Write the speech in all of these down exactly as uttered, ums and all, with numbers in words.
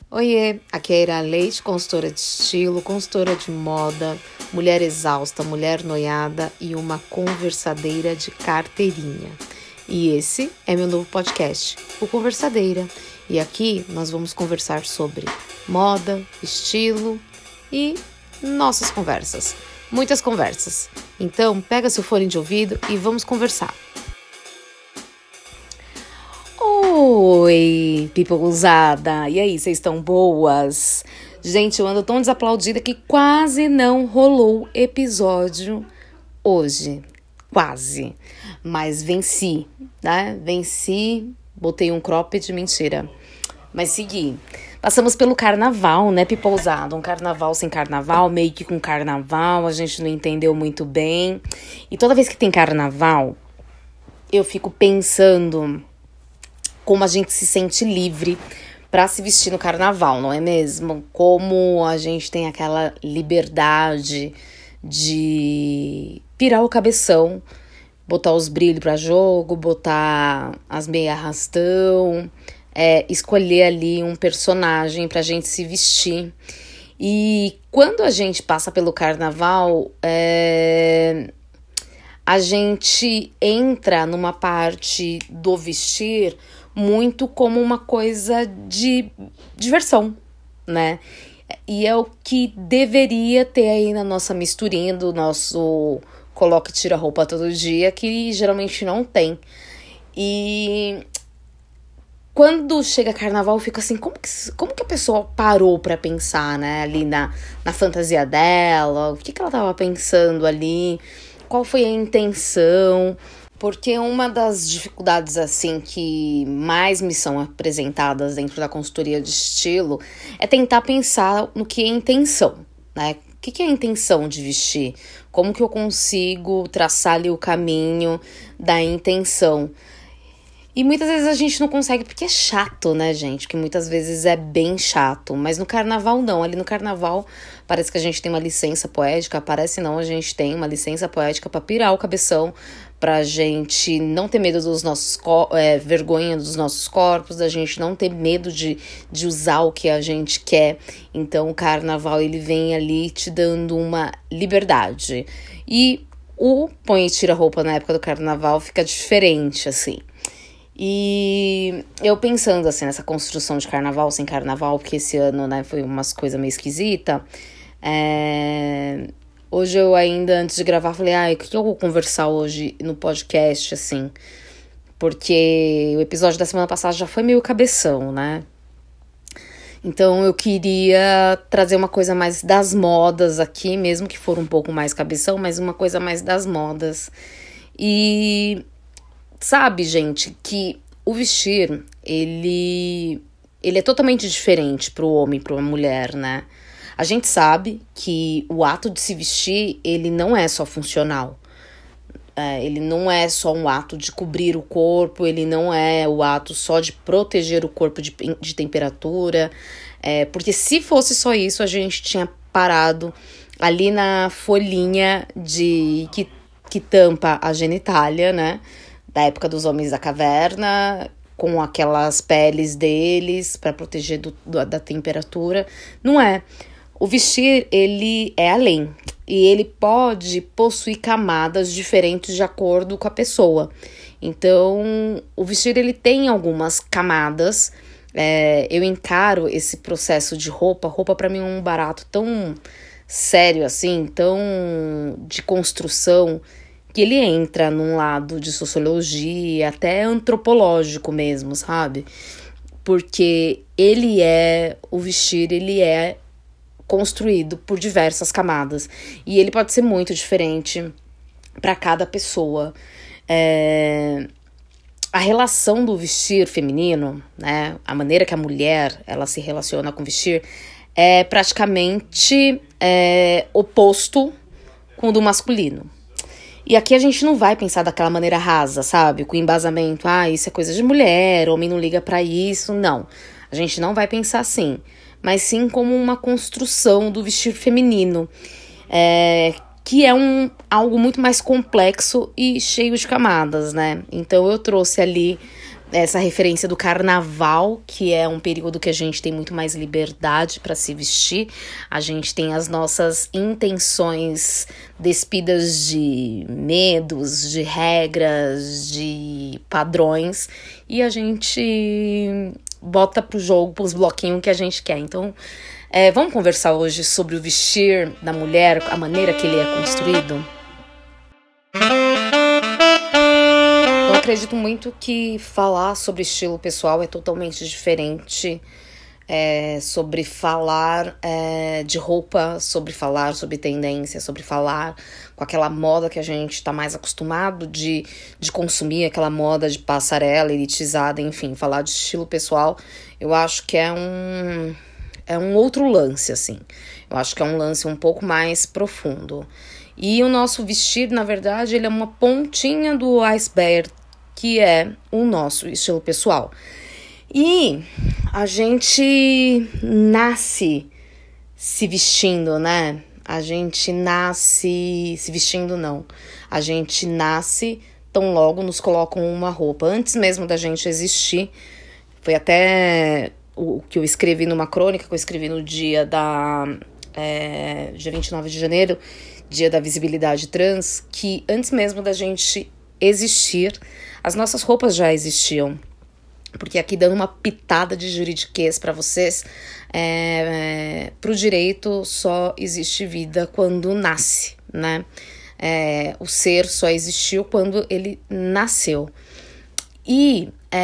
Oiê, aqui é a Ira Leite, consultora de estilo, consultora de moda, mulher exausta, mulher noiada e uma conversadeira de carteirinha. E esse é meu novo podcast, o Conversadeira. E aqui nós vamos conversar sobre moda, estilo e nossas conversas. Muitas conversas. Então, pega seu fone de ouvido e vamos conversar. Oi, people usada! E aí, vocês estão boas? Gente, eu ando tão desaplaudida que quase não rolou episódio hoje. Quase. Mas venci, né? Venci, botei um cropped, mentira. Mas segui. Passamos pelo carnaval, né, people usada? Um carnaval sem carnaval, meio que com carnaval, a gente não entendeu muito bem. E toda vez que tem carnaval, eu fico pensando como a gente se sente livre para se vestir no carnaval, não é mesmo? Como a gente tem aquela liberdade de pirar o cabeção, botar os brilhos para jogo, botar as meia arrastão, é, escolher ali um personagem pra gente se vestir. E quando a gente passa pelo carnaval, é, a gente entra numa parte do vestir muito como uma coisa de diversão, né? E é o que deveria ter aí na nossa misturinha do nosso coloca e tira roupa todo dia, que geralmente não tem. E quando chega carnaval, eu fico assim, como que, como que a pessoa parou pra pensar, né? Ali na, na fantasia dela, o que, que ela tava pensando ali, qual foi a intenção. Porque uma das dificuldades, assim, que mais me são apresentadas dentro da consultoria de estilo é tentar pensar no que é intenção, né? O que é a intenção de vestir? Como que eu consigo traçar ali o caminho da intenção? E muitas vezes a gente não consegue, porque é chato, né, gente? Que muitas vezes é bem chato. Mas no carnaval, não. Ali no carnaval, parece que a gente tem uma licença poética. Parece não, a gente tem uma licença poética pra pirar o cabeção, pra gente não ter medo dos nossos... É, vergonha dos nossos corpos, da gente não ter medo de, de usar o que a gente quer. Então, o carnaval, ele vem ali te dando uma liberdade. E o põe e tira roupa na época do carnaval fica diferente, assim. E eu pensando assim nessa construção de carnaval sem carnaval, porque esse ano, né, foi umas coisas meio esquisitas. É... Hoje eu ainda, antes de gravar, falei, ai, o que eu vou conversar hoje no podcast, assim? Porque o episódio da semana passada já foi meio cabeção, né? Então eu queria trazer uma coisa mais das modas aqui, mesmo que for um pouco mais cabeção, mas uma coisa mais das modas. E... sabe, gente, que o vestir, ele, ele é totalmente diferente para o homem e para a mulher, né? A gente sabe que o ato de se vestir, ele não é só funcional. É, ele não é só um ato de cobrir o corpo, ele não é o ato só de proteger o corpo de, de temperatura. É, porque se fosse só isso, a gente tinha parado ali na folhinha de que, que tampa a genitália, né? Da época dos homens da caverna, com aquelas peles deles para proteger do, do, da temperatura. Não é. O vestir, ele é além. E ele pode possuir camadas diferentes de acordo com a pessoa. Então, o vestir, ele tem algumas camadas. É, eu encaro esse processo de roupa. Roupa, para mim, é um barato tão sério, assim, tão de construção, que ele entra num lado de sociologia, até antropológico mesmo, sabe? Porque ele é, o vestir, ele é construído por diversas camadas. E ele pode ser muito diferente para cada pessoa. É... A relação do vestir feminino, né? A maneira que a mulher, ela se relaciona com o vestir, é praticamente é, oposto com o do masculino. E aqui a gente não vai pensar daquela maneira rasa, sabe? Com embasamento, ah, isso é coisa de mulher, homem não liga pra isso. Não, a gente não vai pensar assim. Mas sim como uma construção do vestir feminino. É, que é um, algo muito mais complexo e cheio de camadas, né? Então eu trouxe ali essa referência do carnaval, que é um período que a gente tem muito mais liberdade para se vestir. A gente tem as nossas intenções despidas de medos, de regras, de padrões, e a gente bota pro jogo, pros bloquinhos que a gente quer. Então, é, vamos conversar hoje sobre o vestir da mulher, a maneira que ele é construído? Eu acredito muito que falar sobre estilo pessoal é totalmente diferente é, sobre falar é, de roupa, sobre falar sobre tendência, sobre falar com aquela moda que a gente está mais acostumado de, de consumir, aquela moda de passarela, elitizada, enfim, falar de estilo pessoal, eu acho que é um, é um outro lance, assim. Eu acho que é um lance um pouco mais profundo. E o nosso vestir, na verdade, ele é uma pontinha do iceberg, que é o nosso estilo pessoal. E a gente nasce se vestindo, né? A gente nasce se vestindo, não. A gente nasce, tão logo nos colocam uma roupa. Antes mesmo da gente existir, foi até o que eu escrevi numa crônica, que eu escrevi no dia da... É, dia vinte e nove de janeiro, dia da visibilidade trans, que antes mesmo da gente existir, as nossas roupas já existiam. Porque aqui, dando uma pitada de juridiquês para vocês, é, é, pro direito só existe vida quando nasce, né? É, o ser só existiu quando ele nasceu. E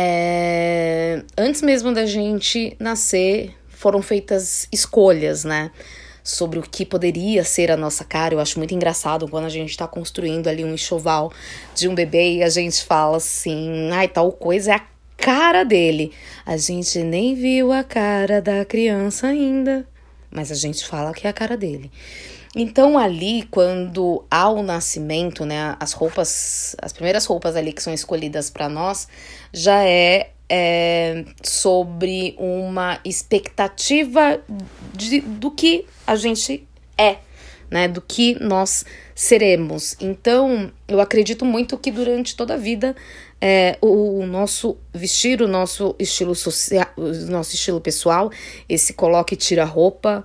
é, antes mesmo da gente nascer, foram feitas escolhas, né? Sobre o que poderia ser a nossa cara. Eu acho muito engraçado quando a gente está construindo ali um enxoval de um bebê e a gente fala assim, ai, tal coisa é a cara dele. A gente nem viu a cara da criança ainda, mas a gente fala que é a cara dele. Então ali, quando há o nascimento, né, as roupas, as primeiras roupas ali que são escolhidas para nós, já é É, sobre uma expectativa de, do que a gente é, né, do que nós seremos. Então, eu acredito muito que durante toda a vida é, o, o nosso vestir, o nosso estilo social, o nosso estilo pessoal, esse coloca e tira roupa,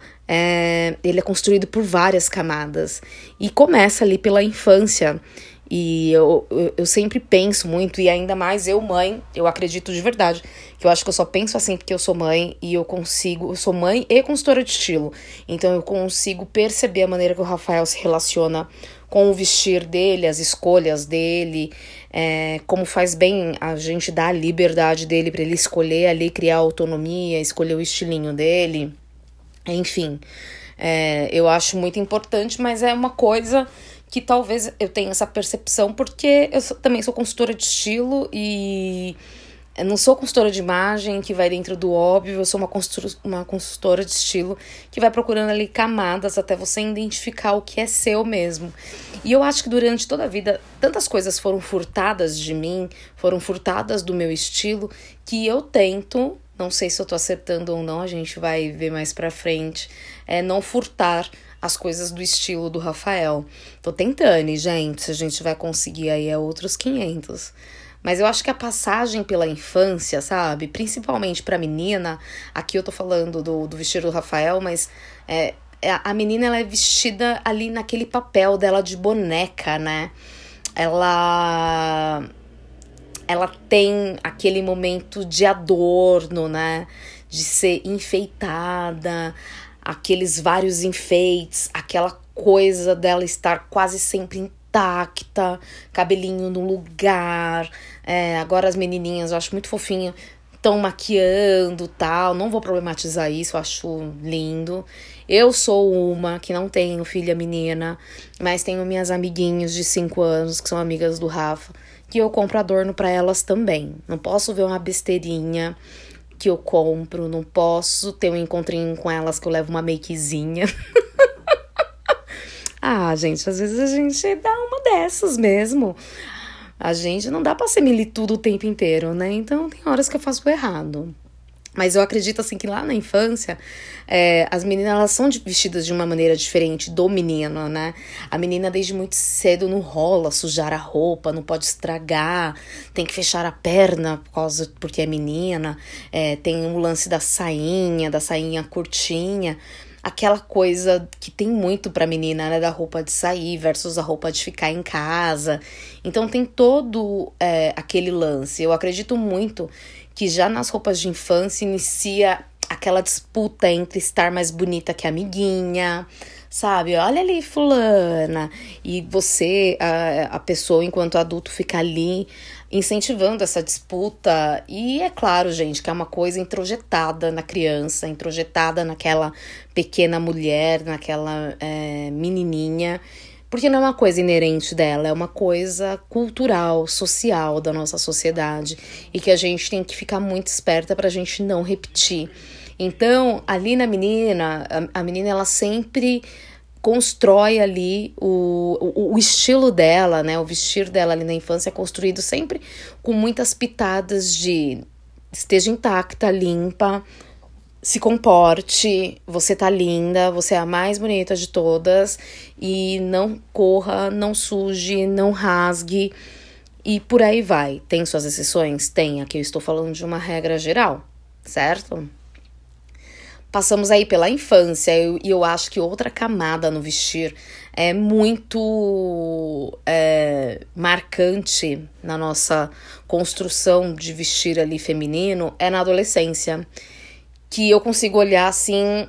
é, ele é construído por várias camadas e começa ali pela infância. E eu, eu, eu sempre penso muito, e ainda mais eu, mãe, eu acredito de verdade, que eu acho que eu só penso assim porque eu sou mãe e eu consigo, eu sou mãe e consultora de estilo, então eu consigo perceber a maneira que o Rafael se relaciona com o vestir dele, as escolhas dele, é, como faz bem a gente dar a liberdade dele para ele escolher ali, criar autonomia, escolher o estilinho dele, enfim, é, eu acho muito importante, mas é uma coisa que talvez eu tenha essa percepção, porque eu sou, também sou consultora de estilo e eu não sou consultora de imagem que vai dentro do óbvio, eu sou uma consultora, uma consultora de estilo que vai procurando ali camadas até você identificar o que é seu mesmo. E eu acho que durante toda a vida, tantas coisas foram furtadas de mim, foram furtadas do meu estilo, que eu tento, não sei se eu tô acertando ou não, a gente vai ver mais pra frente, é não furtar as coisas do estilo do Rafael. Tô tentando, gente, se a gente vai conseguir aí é outros quinhentos. Mas eu acho que a passagem pela infância, sabe? Principalmente pra menina, aqui eu tô falando do, do vestido do Rafael, mas é, a menina ela é vestida ali naquele papel dela de boneca, né? Ela, ela tem aquele momento de adorno, né? De ser enfeitada, aqueles vários enfeites, aquela coisa dela estar quase sempre intacta, cabelinho no lugar. É, agora as menininhas, eu acho muito fofinho, estão maquiando, tal. Não vou problematizar isso, eu acho lindo. Eu sou uma que não tenho filha menina, mas tenho minhas amiguinhas de cinco anos, que são amigas do Rafa, que eu compro adorno para elas também. Não posso ver uma besteirinha que eu compro, não posso ter um encontrinho com elas que eu levo uma makezinha. Ah, gente, às vezes a gente dá uma dessas mesmo. A gente não dá pra ser militudo o tempo inteiro, né? Então tem horas que eu faço o errado. Mas eu acredito, assim, que lá na infância, é, as meninas, elas são de, vestidas de uma maneira diferente do menino, né? A menina, desde muito cedo, não rola sujar a roupa, não pode estragar, tem que fechar a perna por causa, porque é menina, é, tem o lance da sainha, da sainha curtinha, aquela coisa que tem muito pra menina, né? Da roupa de sair versus a roupa de ficar em casa. Então, tem todo é, aquele lance. Eu acredito muito que já nas roupas de infância inicia aquela disputa entre estar mais bonita que a amiguinha, sabe? Olha ali fulana. E você, a, a pessoa, enquanto adulto, fica ali incentivando essa disputa. E é claro, gente, que é uma coisa introjetada na criança, introjetada naquela pequena mulher, naquela é, menininha. Porque não é uma coisa inerente dela, é uma coisa cultural, social da nossa sociedade. E que a gente tem que ficar muito esperta pra gente não repetir. Então, ali na menina, a, a menina, ela sempre constrói ali o, o, o estilo dela, né? O vestir dela ali na infância é construído sempre com muitas pitadas de esteja intacta, limpa, se comporte, você tá linda, você é a mais bonita de todas e não corra, não suje, não rasgue e por aí vai. Tem suas exceções? Tem. Aqui eu estou falando de uma regra geral, certo? Passamos aí pela infância e eu, eu acho que outra camada no vestir é muito é, marcante na nossa construção de vestir ali feminino é na adolescência. Que eu consigo olhar, assim,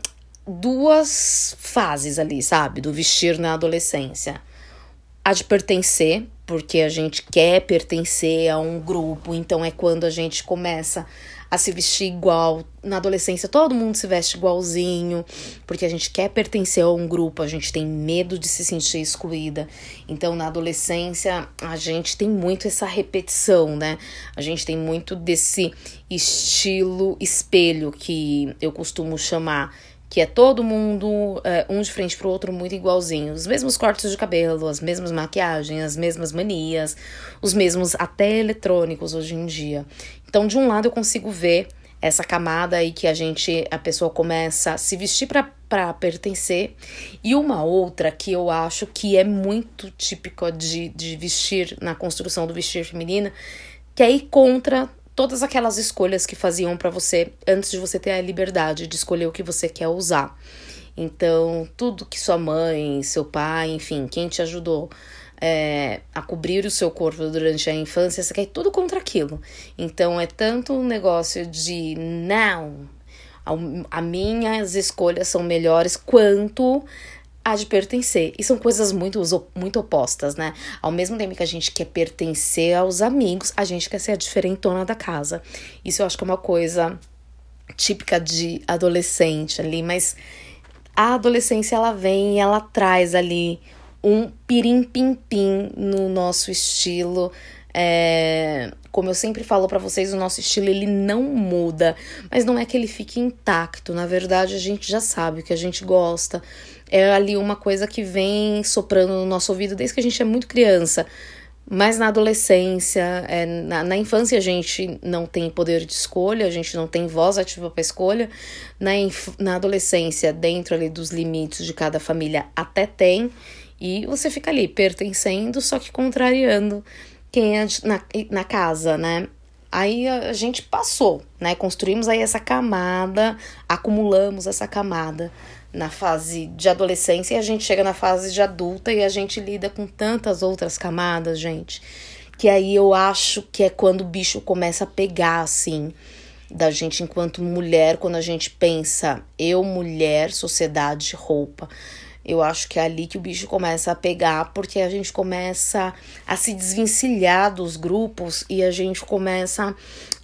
duas fases ali, sabe? Do vestir na adolescência. A de pertencer, porque a gente quer pertencer a um grupo, então é quando a gente começa a se vestir igual. Na adolescência, todo mundo se veste igualzinho, porque a gente quer pertencer a um grupo, a gente tem medo de se sentir excluída. Então, na adolescência, a gente tem muito essa repetição, né? A gente tem muito desse estilo espelho, que eu costumo chamar, que é todo mundo, é, um de frente pro outro, muito igualzinho. Os mesmos cortes de cabelo, as mesmas maquiagens, as mesmas manias, os mesmos até eletrônicos hoje em dia. Então, de um lado, eu consigo ver essa camada aí que a gente, a pessoa começa a se vestir pra, pra pertencer. E uma outra que eu acho que é muito típica de, de vestir, na construção do vestir feminino, que é ir contra todas aquelas escolhas que faziam pra você antes de você ter a liberdade de escolher o que você quer usar. Então, tudo que sua mãe, seu pai, enfim, quem te ajudou é, a cobrir o seu corpo durante a infância, você quer ir tudo contra aquilo. Então, é tanto um negócio de não, a, a minhas escolhas são melhores, quanto a de pertencer. E são coisas muito, muito opostas, né? Ao mesmo tempo que a gente quer pertencer aos amigos, a gente quer ser a diferentona da casa. Isso eu acho que é uma coisa típica de adolescente ali, mas a adolescência, ela vem e ela traz ali um pirim-pim-pim no nosso estilo. É, como eu sempre falo pra vocês, o nosso estilo, ele não muda, mas não é que ele fique intacto. Na verdade, a gente já sabe o que a gente gosta. É ali uma coisa que vem soprando no nosso ouvido desde que a gente é muito criança. Mas na adolescência, é, na, na infância, a gente não tem poder de escolha, a gente não tem voz ativa para escolha. Na, inf- na adolescência, dentro ali dos limites de cada família, até tem. E você fica ali pertencendo, só que contrariando quem é na, na casa, né? Aí a gente passou, né? Construímos aí essa camada, acumulamos essa camada na fase de adolescência e a gente chega na fase de adulta e a gente lida com tantas outras camadas, gente, que aí eu acho que é quando o bicho começa a pegar, assim, da gente enquanto mulher, quando a gente pensa, eu, mulher, sociedade, roupa. Eu acho que é ali que o bicho começa a pegar, porque a gente começa a se desvencilhar dos grupos e a gente começa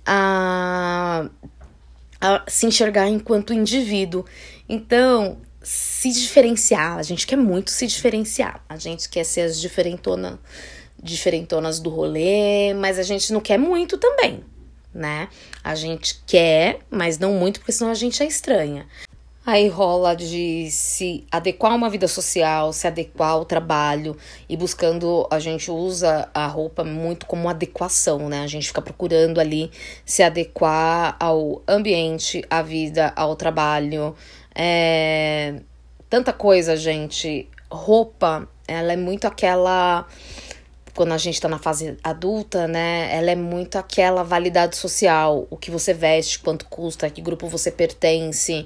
a, a se enxergar enquanto indivíduo. Então, se diferenciar, a gente quer muito se diferenciar, a gente quer ser as diferentona, diferentonas do rolê, mas a gente não quer muito também, né? A gente quer, mas não muito, porque senão a gente é estranha. Aí rola de se adequar a uma vida social, se adequar ao trabalho e buscando, a gente usa a roupa muito como adequação, né? A gente fica procurando ali se adequar ao ambiente, à vida, ao trabalho. É... Tanta coisa, gente. Roupa, ela é muito aquela... Quando a gente tá na fase adulta, né, ela é muito aquela validade social, o que você veste, quanto custa, que grupo você pertence,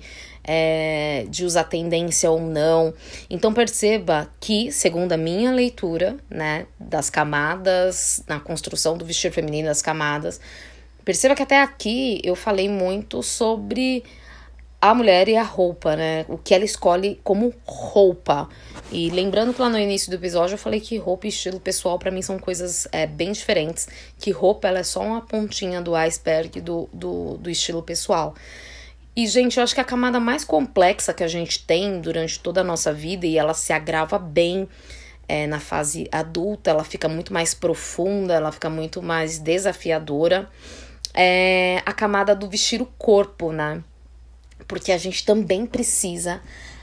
é, de usar tendência ou não. Então perceba que, segundo a minha leitura, né, das camadas, na construção do vestir feminino, das camadas, perceba que até aqui eu falei muito sobre a mulher e a roupa, né? O que ela escolhe como roupa. E lembrando que lá no início do episódio eu falei que roupa e estilo pessoal pra mim são coisas é, bem diferentes. Que roupa ela é só uma pontinha do iceberg do, do, do estilo pessoal. E, gente, eu acho que a camada mais complexa que a gente tem durante toda a nossa vida, e ela se agrava bem é, na fase adulta, ela fica muito mais profunda, ela fica muito mais desafiadora, é a camada do vestir o corpo, né? Porque a gente também precisa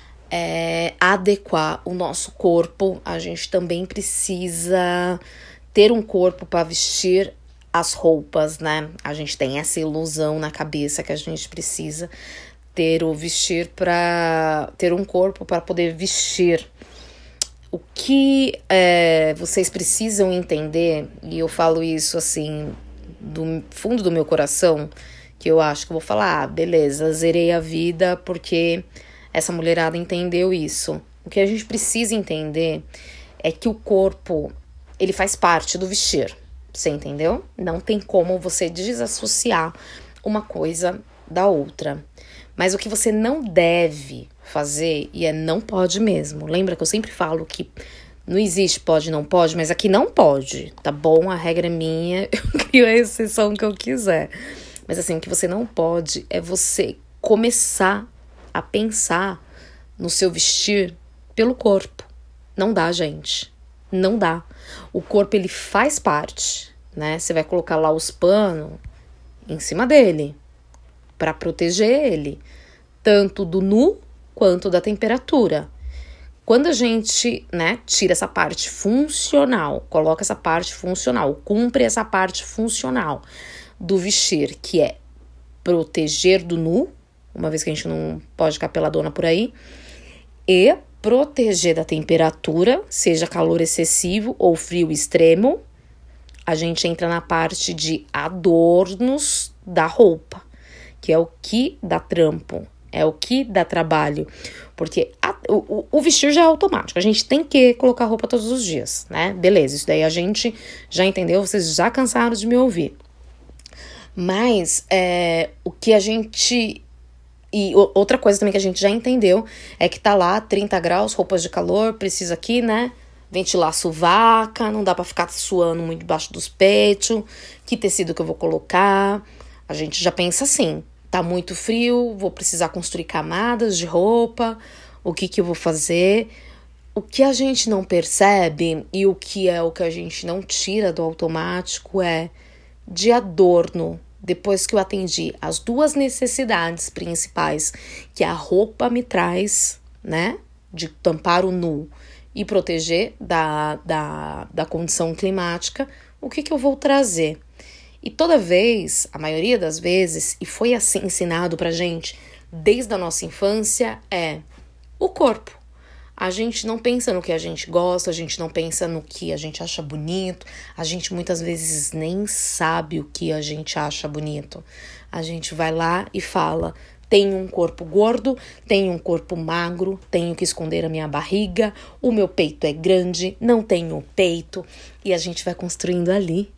é, adequar o nosso corpo, a gente também precisa ter um corpo para vestir as roupas, né? A gente tem essa ilusão na cabeça que a gente precisa ter o vestir para ter um corpo para poder vestir. O que é, vocês precisam entender, e eu falo isso assim do fundo do meu coração, que eu acho que eu vou falar, ah, beleza, zerei a vida porque essa mulherada entendeu isso. O que a gente precisa entender é que o corpo, ele faz parte do vestir, você entendeu? Não tem como você desassociar uma coisa da outra. Mas o que você não deve fazer, e é não pode mesmo, lembra que eu sempre falo que não existe pode, não pode, mas aqui não pode, tá bom? A regra é minha, eu crio a exceção que eu quiser. Mas assim, o que você não pode é você começar a pensar no seu vestir pelo corpo. Não dá, gente. Não dá. O corpo, ele faz parte, né? Você vai colocar lá os panos em cima dele para proteger ele, tanto do nu quanto da temperatura. Quando a gente, né, tira essa parte funcional, coloca essa parte funcional, cumpre essa parte funcional do vestir, que é proteger do nu, uma vez que a gente não pode ficar peladona por aí, e proteger da temperatura, seja calor excessivo ou frio extremo, a gente entra na parte de adornos da roupa, que é o que dá trampo, é o que dá trabalho, porque a, o, o vestir já é automático, a gente tem que colocar roupa todos os dias, né? Beleza, isso daí a gente já entendeu, vocês já cansaram de me ouvir. Mas é, o que a gente... E outra coisa também que a gente já entendeu é que tá lá trinta graus, roupas de calor, precisa aqui, né? Ventilar a sovaca, não dá pra ficar suando muito debaixo dos peitos. Que tecido que eu vou colocar? A gente já pensa assim, tá muito frio, vou precisar construir camadas de roupa, o que que eu vou fazer? O que a gente não percebe e o que é o que a gente não tira do automático é de adorno. Depois que eu atendi as duas necessidades principais que a roupa me traz, né? De tampar o nu e proteger da, da, da condição climática, o que que eu vou trazer? E toda vez, a maioria das vezes, e foi assim ensinado pra gente desde a nossa infância, é o corpo. A gente não pensa no que a gente gosta, a gente não pensa no que a gente acha bonito, a gente muitas vezes nem sabe o que a gente acha bonito. A gente vai lá e fala, tenho um corpo gordo, tenho um corpo magro, tenho que esconder a minha barriga, o meu peito é grande, não tenho peito, e a gente vai construindo ali.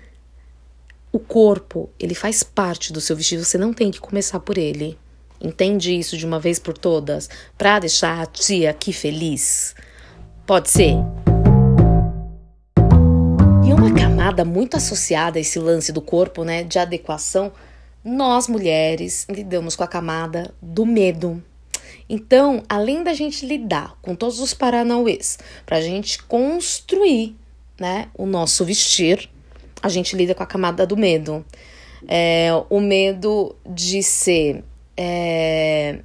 O corpo, ele faz parte do seu vestido, você não tem que começar por ele. Entende isso de uma vez por todas, pra deixar a tia aqui feliz? Pode ser? E uma camada muito associada a esse lance do corpo, né, de adequação, nós mulheres lidamos com a camada do medo. Então, além da gente lidar com todos os paranauês, pra gente construir, né, o nosso vestir, a gente lida com a camada do medo. É, o medo de ser... É,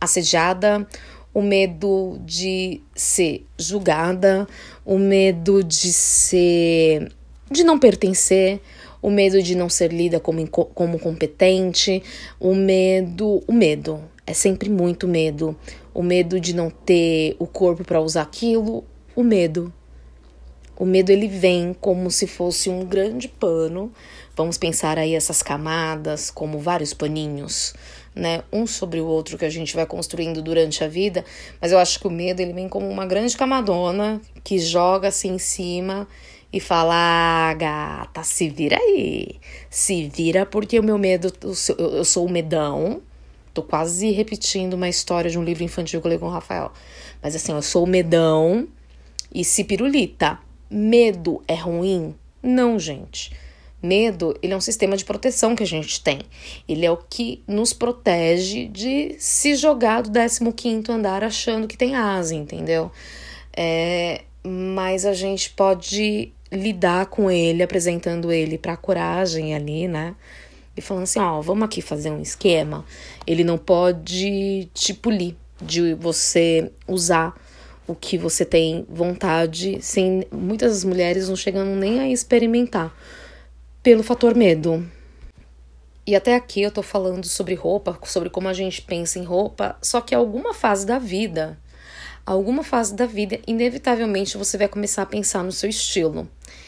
assediada, o medo de ser julgada, o medo de ser, de não pertencer, o medo de não ser lida como, como competente, o medo, o medo, é sempre muito medo, o medo de não ter o corpo para usar aquilo, o medo. O medo, ele vem como se fosse um grande pano. Vamos pensar aí essas camadas como vários paninhos, né? Um sobre o outro que a gente vai construindo durante a vida. Mas eu acho que o medo, ele vem como uma grande camadona que joga assim em cima e fala: ah, gata, se vira aí. Se vira porque o meu medo, eu sou o medão. Tô quase repetindo uma história de um livro infantil que eu li com o Rafael. Mas assim, eu sou o medão e se pirulita. Medo é ruim? Não, gente. Medo, ele é um sistema de proteção que a gente tem. Ele é o que nos protege de se jogar do décimo quinto andar achando que tem asa, entendeu? É, mas a gente pode lidar com ele, apresentando ele pra coragem ali, né? E falando assim, ó, vamos aqui fazer um esquema. Ele não pode te polir de você usar o que você tem vontade, sem muitas mulheres não chegando nem a experimentar, pelo fator medo. E até aqui eu tô falando sobre roupa, sobre como a gente pensa em roupa, só que alguma fase da vida, alguma fase da vida, inevitavelmente você vai começar a pensar no seu estilo.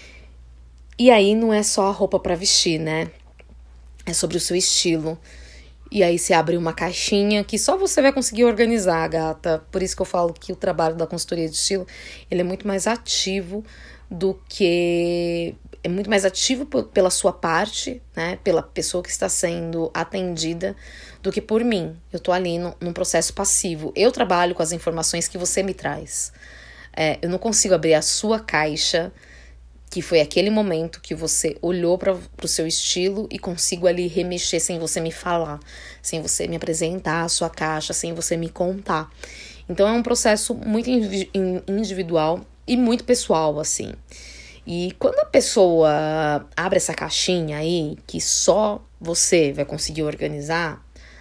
E aí não é só a roupa pra vestir, né? É sobre o seu estilo. E aí você abre uma caixinha que só você vai conseguir organizar, gata. Por isso que eu falo que o trabalho da consultoria de estilo, ele é muito mais ativo do que... É muito mais ativo pela sua parte, né? Pela pessoa que está sendo atendida, do que por mim. Eu tô ali no, num processo passivo. Eu trabalho com as informações que você me traz. É, eu não consigo abrir a sua caixa, que foi aquele momento que você olhou para o seu estilo e consigo ali remexer sem você me falar, sem você me apresentar a sua caixa, sem você me contar. Então é um processo muito individual e muito pessoal, assim. E quando a pessoa abre essa caixinha aí, que só você vai conseguir organizar,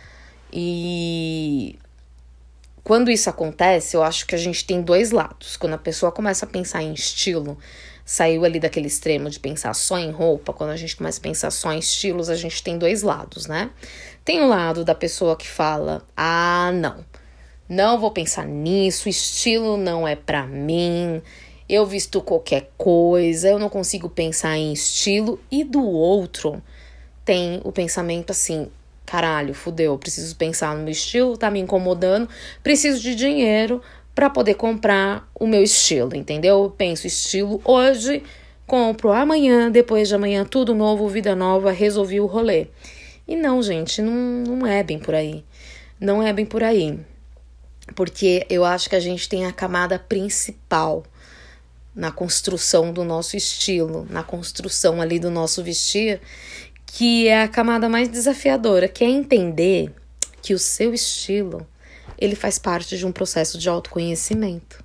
e quando isso acontece, eu acho que a gente tem dois lados. Quando a pessoa começa a pensar em estilo, saiu ali daquele extremo de pensar só em roupa, quando a gente começa a pensar só em estilos, a gente tem dois lados, né? Tem o lado da pessoa que fala, ah, não, não vou pensar nisso, estilo não é pra mim, eu visto qualquer coisa, eu não consigo pensar em estilo. E do outro, tem o pensamento assim, caralho, fudeu, preciso pensar no meu estilo, tá me incomodando, preciso de dinheiro para poder comprar o meu estilo, entendeu? Eu penso estilo hoje, compro amanhã, depois de amanhã, tudo novo, vida nova, resolvi o rolê. E não, gente, não, não é bem por aí. Não é bem por aí. Porque eu acho que a gente tem a camada principal na construção do nosso estilo, na construção ali do nosso vestir, que é a camada mais desafiadora, que é entender que o seu estilo, ele faz parte de um processo de autoconhecimento.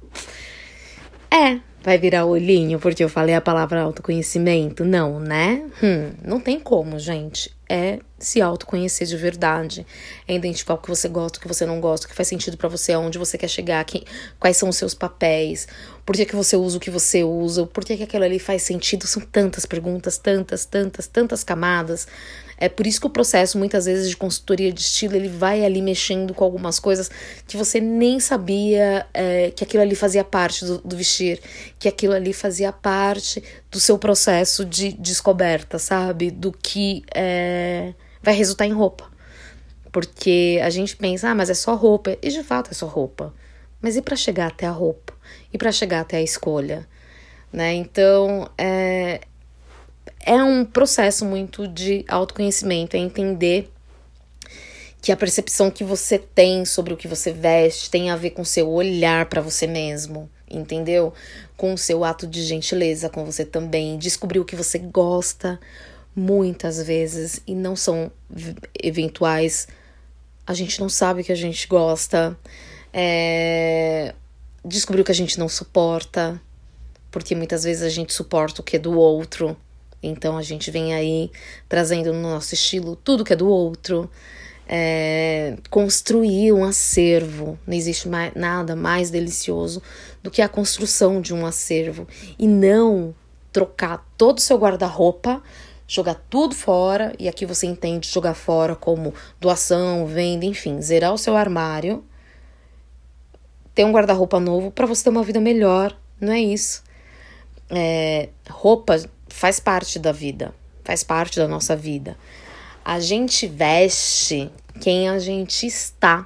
É, vai virar olhinho porque eu falei a palavra autoconhecimento? Não, né? Hum, não tem como, gente. É se autoconhecer de verdade. É identificar o que você gosta, o que você não gosta, o que faz sentido pra você, aonde você quer chegar, quem, quais são os seus papéis, por que, que você usa o que você usa, por que, que aquilo ali faz sentido. São tantas perguntas, tantas, tantas, tantas camadas. É por isso que o processo, muitas vezes, de consultoria de estilo, ele vai ali mexendo com algumas coisas que você nem sabia é, que aquilo ali fazia parte do, do vestir, que aquilo ali fazia parte do seu processo de descoberta, sabe? Do que é, vai resultar em roupa. Porque a gente pensa, ah, mas é só roupa. E de fato é só roupa. Mas e para chegar até a roupa? E para chegar até a escolha? Né? Então, é... É um processo muito de autoconhecimento, é entender que a percepção que você tem sobre o que você veste tem a ver com o seu olhar para você mesmo, entendeu? Com o seu ato de gentileza com você também, descobrir o que você gosta muitas vezes e não são eventuais. A gente não sabe o que a gente gosta, é... descobrir o que a gente não suporta, porque muitas vezes a gente suporta o que é do outro. Então a gente vem aí trazendo no nosso estilo tudo que é do outro. é, construir um acervo. Não existe mais, nada mais delicioso do que a construção de um acervo. E não trocar todo o seu guarda-roupa, jogar tudo fora, e aqui você entende jogar fora como doação, venda, enfim, zerar o seu armário, ter um guarda-roupa novo para você ter uma vida melhor. Não é isso. É, roupa faz parte da vida, faz parte da nossa vida. A gente veste quem a gente está.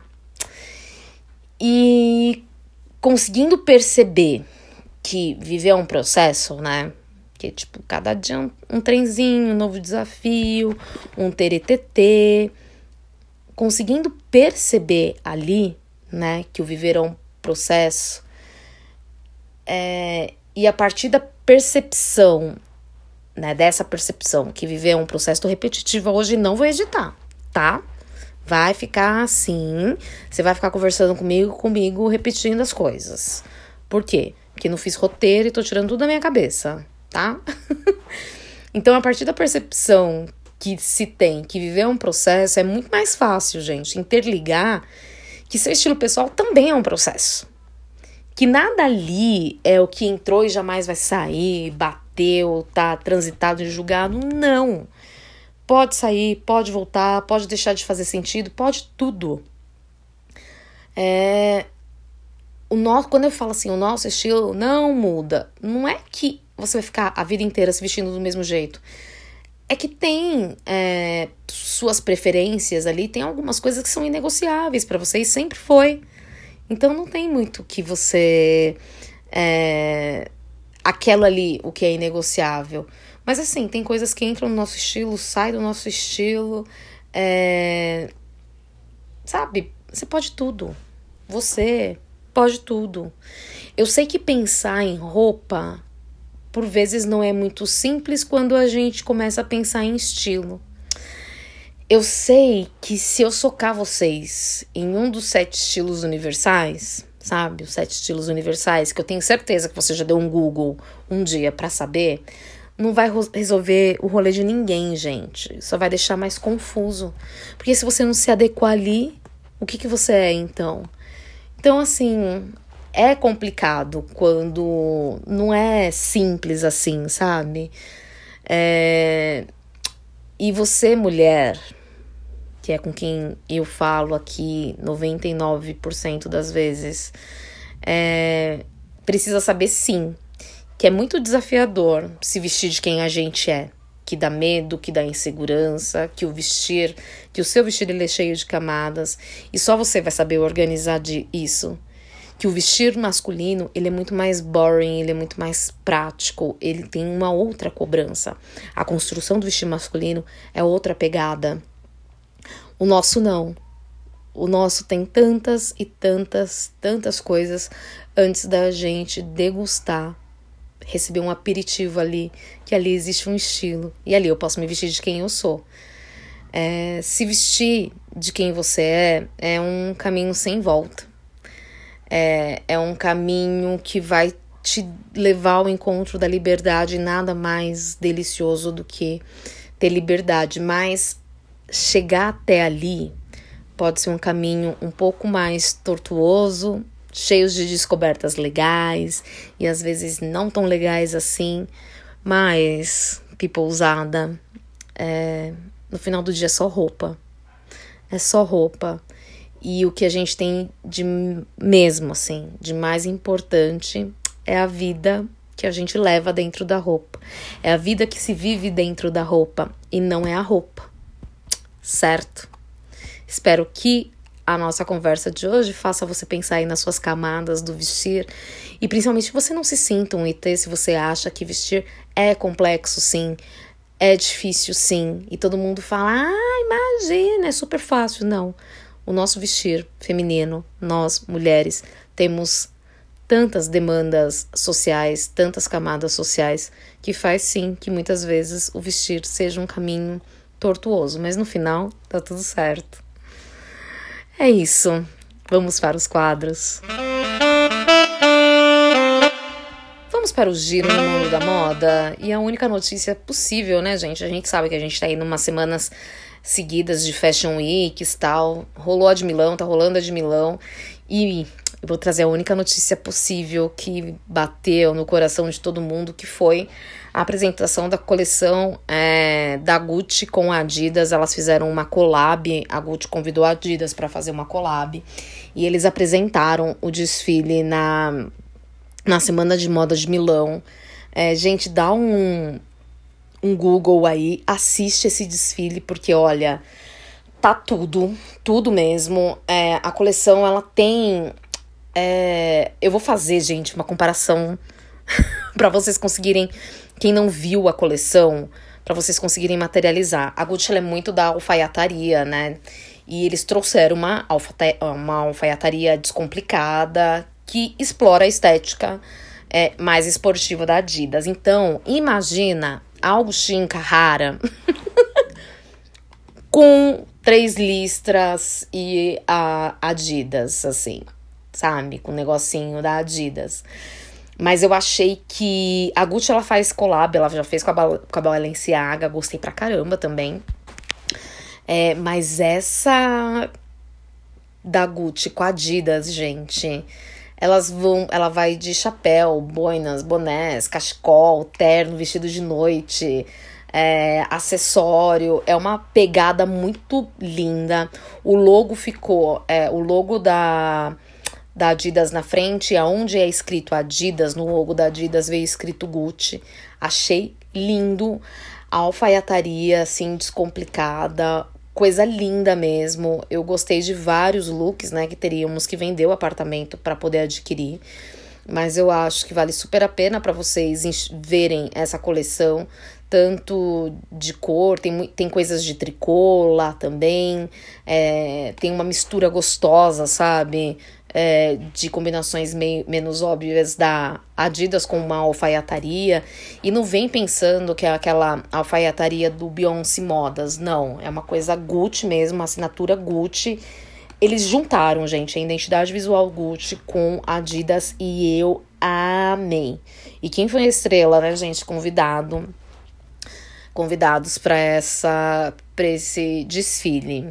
E conseguindo perceber que viver é um processo, né? Que, tipo, cada dia um, um trenzinho, um novo desafio, um teretetê. Conseguindo perceber ali, né, que o viver é um processo. É, e a partir da percepção, né, dessa percepção que viver é um processo, tô repetitiva hoje, não vou editar, tá? Vai ficar assim, você vai ficar conversando comigo, comigo, repetindo as coisas. Por quê? Porque não fiz roteiro e tô tirando tudo da minha cabeça, tá? Então, a partir da percepção que se tem que viver é um processo, é muito mais fácil, gente, interligar que seu estilo pessoal também é um processo. Que nada ali é o que entrou e jamais vai sair, bateu, tá transitado e julgado. Não. Pode sair, pode voltar, pode deixar de fazer sentido, pode tudo. É, o nosso, quando eu falo assim, o nosso estilo não muda. Não é que você vai ficar a vida inteira se vestindo do mesmo jeito. É que tem é, suas preferências ali, tem algumas coisas que são inegociáveis para você e sempre foi. Então não tem muito que você... É, aquela ali, o que é inegociável. Mas assim, tem coisas que entram no nosso estilo, saem do nosso estilo. É, sabe? Você pode tudo. Você pode tudo. Eu sei que pensar em roupa, por vezes, não é muito simples quando a gente começa a pensar em estilo. Eu sei que se eu socar vocês em um dos sete estilos universais, sabe? Os sete estilos universais, que eu tenho certeza que você já deu um Google um dia pra saber, não vai resolver o rolê de ninguém, gente. Só vai deixar mais confuso. Porque se você não se adequar ali, o que que você é, então? Então, assim, é complicado quando não é simples assim, sabe? É... E você, mulher, que é com quem eu falo aqui noventa e nove por cento das vezes, é... precisa saber sim, que é muito desafiador se vestir de quem a gente é, que dá medo, que dá insegurança, que o vestir, que o seu vestido ele é cheio de camadas, e só você vai saber organizar de isso. Que o vestir masculino, ele é muito mais boring, ele é muito mais prático, ele tem uma outra cobrança. A construção do vestir masculino é outra pegada. O nosso não. O nosso tem tantas e tantas, tantas coisas antes da gente degustar, receber um aperitivo ali, que ali existe um estilo. E ali eu posso me vestir de quem eu sou. É, se vestir de quem você é, é um caminho sem volta. É, é um caminho que vai te levar ao encontro da liberdade, nada mais delicioso do que ter liberdade, mas chegar até ali pode ser um caminho um pouco mais tortuoso, cheio de descobertas legais e às vezes não tão legais assim, mas people usada, é, no final do dia é só roupa, é só roupa. E o que a gente tem de mesmo, assim, de mais importante é a vida que a gente leva dentro da roupa. É a vida que se vive dentro da roupa e não é a roupa, certo? Espero que a nossa conversa de hoje faça você pensar aí nas suas camadas do vestir e principalmente você não se sinta um E T se você acha que vestir é complexo, sim, é difícil, sim. E todo mundo fala, ah, imagina, é super fácil. Não. O nosso vestir feminino, nós, mulheres, temos tantas demandas sociais, tantas camadas sociais, que faz sim que muitas vezes o vestir seja um caminho tortuoso, mas no final tá tudo certo. É isso. Vamos para os quadros. Vamos para o giro no mundo da moda. E a única notícia possível, né, gente? A gente sabe que a gente tá aí numas semanas seguidas de Fashion Weeks e tal. Rolou a de Milão, tá rolando a de Milão. E eu vou trazer a única notícia possível que bateu no coração de todo mundo, que foi a apresentação da coleção é, da Gucci com a Adidas. Elas fizeram uma collab, a Gucci convidou a Adidas para fazer uma collab, e eles apresentaram o desfile na, na Semana de Moda de Milão. É, gente, dá um, um Google aí, assiste esse desfile, porque olha, tá tudo, tudo mesmo. É, a coleção, ela tem... É, eu vou fazer, gente, uma comparação para vocês conseguirem, quem não viu a coleção, para vocês conseguirem materializar. A Gucci, ela é muito da alfaiataria, né? E eles trouxeram uma, alfate, uma alfaiataria descomplicada que explora a estética é, mais esportiva da Adidas. Então, imagina a Agustin Carrara com três listras e a Adidas, assim, sabe? Com o negocinho da Adidas. Mas eu achei que a Gucci, ela faz collab, ela já fez com a, com a Balenciaga, gostei pra caramba também. É, mas essa da Gucci com a Adidas, gente, elas vão, ela vai de chapéu, boinas, bonés, cachecol, terno, vestido de noite, é, acessório. É uma pegada muito linda. O logo ficou, é, o logo da... da Adidas na frente, aonde é escrito Adidas, no logo da Adidas veio escrito Gucci. Achei lindo, a alfaiataria, assim, descomplicada, coisa linda mesmo. Eu gostei de vários looks, né, que teríamos que vender o apartamento para poder adquirir, mas eu acho que vale super a pena para vocês verem essa coleção, tanto de cor, tem, tem coisas de tricô lá também, é, tem uma mistura gostosa, sabe? É, de combinações meio, menos óbvias da Adidas com uma alfaiataria. E não vem pensando que é aquela alfaiataria do Beyoncé Modas, não. É uma coisa Gucci mesmo, uma assinatura Gucci. Eles juntaram, gente, a identidade visual Gucci com Adidas e eu amei. E quem foi a estrela, né, gente? Convidado. Convidados para essa, para esse desfile.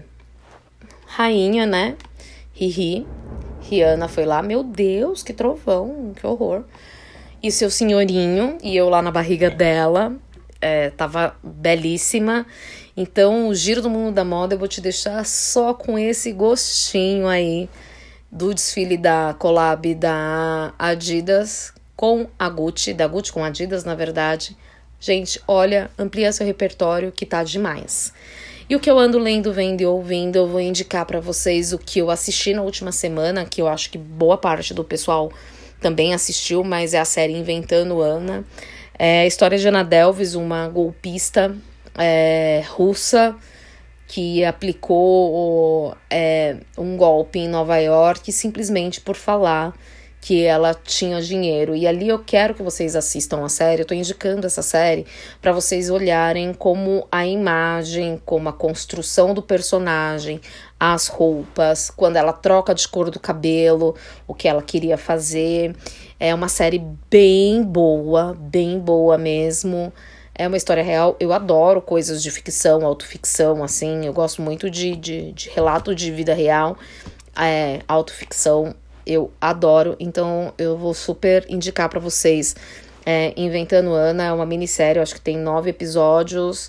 Rainha, né? Riri. Rihanna foi lá, meu Deus, que trovão, que horror. E seu senhorinho, e eu lá na barriga dela, é, tava belíssima. Então, o giro do mundo da moda eu vou te deixar só com esse gostinho aí do desfile da collab da Adidas com a Gucci, da Gucci com a Adidas, na verdade. Gente, olha, amplia seu repertório que tá demais. E o que eu ando lendo, vendo e ouvindo, eu vou indicar para vocês o que eu assisti na última semana, que eu acho que boa parte do pessoal também assistiu, mas é a série Inventando Anna. É a história de Anna Delvez, uma golpista é, russa que aplicou é, um golpe em Nova York simplesmente por falar que ela tinha dinheiro. E ali eu quero que vocês assistam a série, eu tô indicando essa série para vocês olharem como a imagem, como a construção do personagem, as roupas, quando ela troca de cor do cabelo, o que ela queria fazer. É uma série bem boa, bem boa mesmo. É uma história real. Eu adoro coisas de ficção, autoficção, assim. Eu gosto muito de, de, de relato de vida real, é, autoficção. Eu adoro, então eu vou super indicar pra vocês. É, Inventando Anna é uma minissérie, eu acho que tem nove episódios.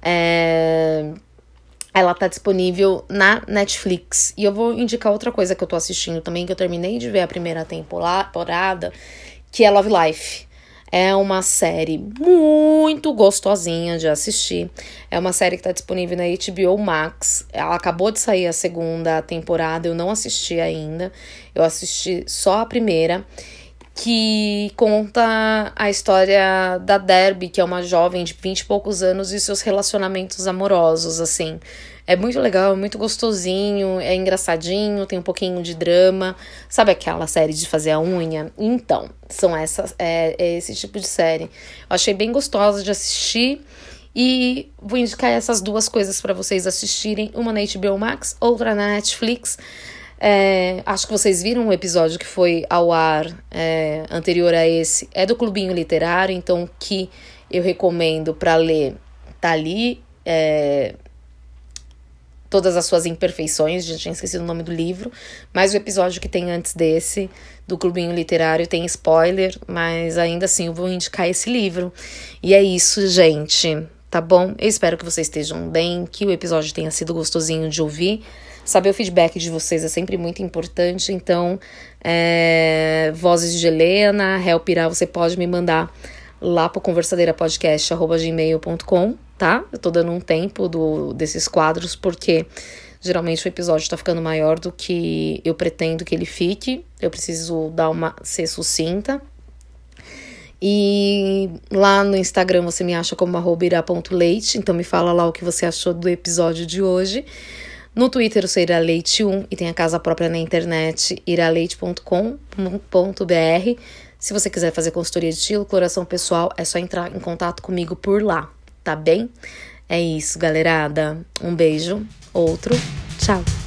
É, ela tá disponível na Netflix. E eu vou indicar outra coisa que eu tô assistindo também, que eu terminei de ver a primeira temporada, que é Love Life. É uma série muito gostosinha de assistir. É uma série que tá disponível na H B O Max. Ela acabou de sair a segunda temporada, eu não assisti ainda. Eu assisti só a primeira, que conta a história da Derby, que é uma jovem de vinte e poucos anos e seus relacionamentos amorosos, assim. É muito legal, é muito gostosinho, é engraçadinho, tem um pouquinho de drama. Sabe aquela série de fazer a unha? Então, são essas, é, é esse tipo de série. Eu achei bem gostosa de assistir e vou indicar essas duas coisas para vocês assistirem. Uma na H B O Max, outra na Netflix. É, acho que vocês viram um episódio que foi ao ar é, anterior a esse. É do Clubinho Literário, então o que eu recomendo para ler tá ali. É, todas as suas imperfeições, já tinha esquecido o nome do livro, mas o episódio que tem antes desse, do Clubinho Literário, tem spoiler, mas ainda assim eu vou indicar esse livro. E é isso, gente, tá bom? Eu espero que vocês estejam bem, que o episódio tenha sido gostosinho de ouvir. Saber o feedback de vocês é sempre muito importante, então, é, Vozes de Helena, Help Irá, você pode me mandar lá pro conversadeirapodcast arroba gmail ponto com, tá? Eu tô dando um tempo do, desses quadros, porque geralmente o episódio tá ficando maior do que eu pretendo que ele fique. Eu preciso dar uma, ser sucinta. E lá no Instagram você me acha como arroba irá ponto leite, então me fala lá o que você achou do episódio de hoje. No Twitter eu sou iraleite um e tem a casa própria na internet, iraleite ponto com ponto b r. Se você quiser fazer consultoria de estilo, coloração pessoal, é só entrar em contato comigo por lá, tá bem? É isso, galerada. Um beijo, outro, tchau!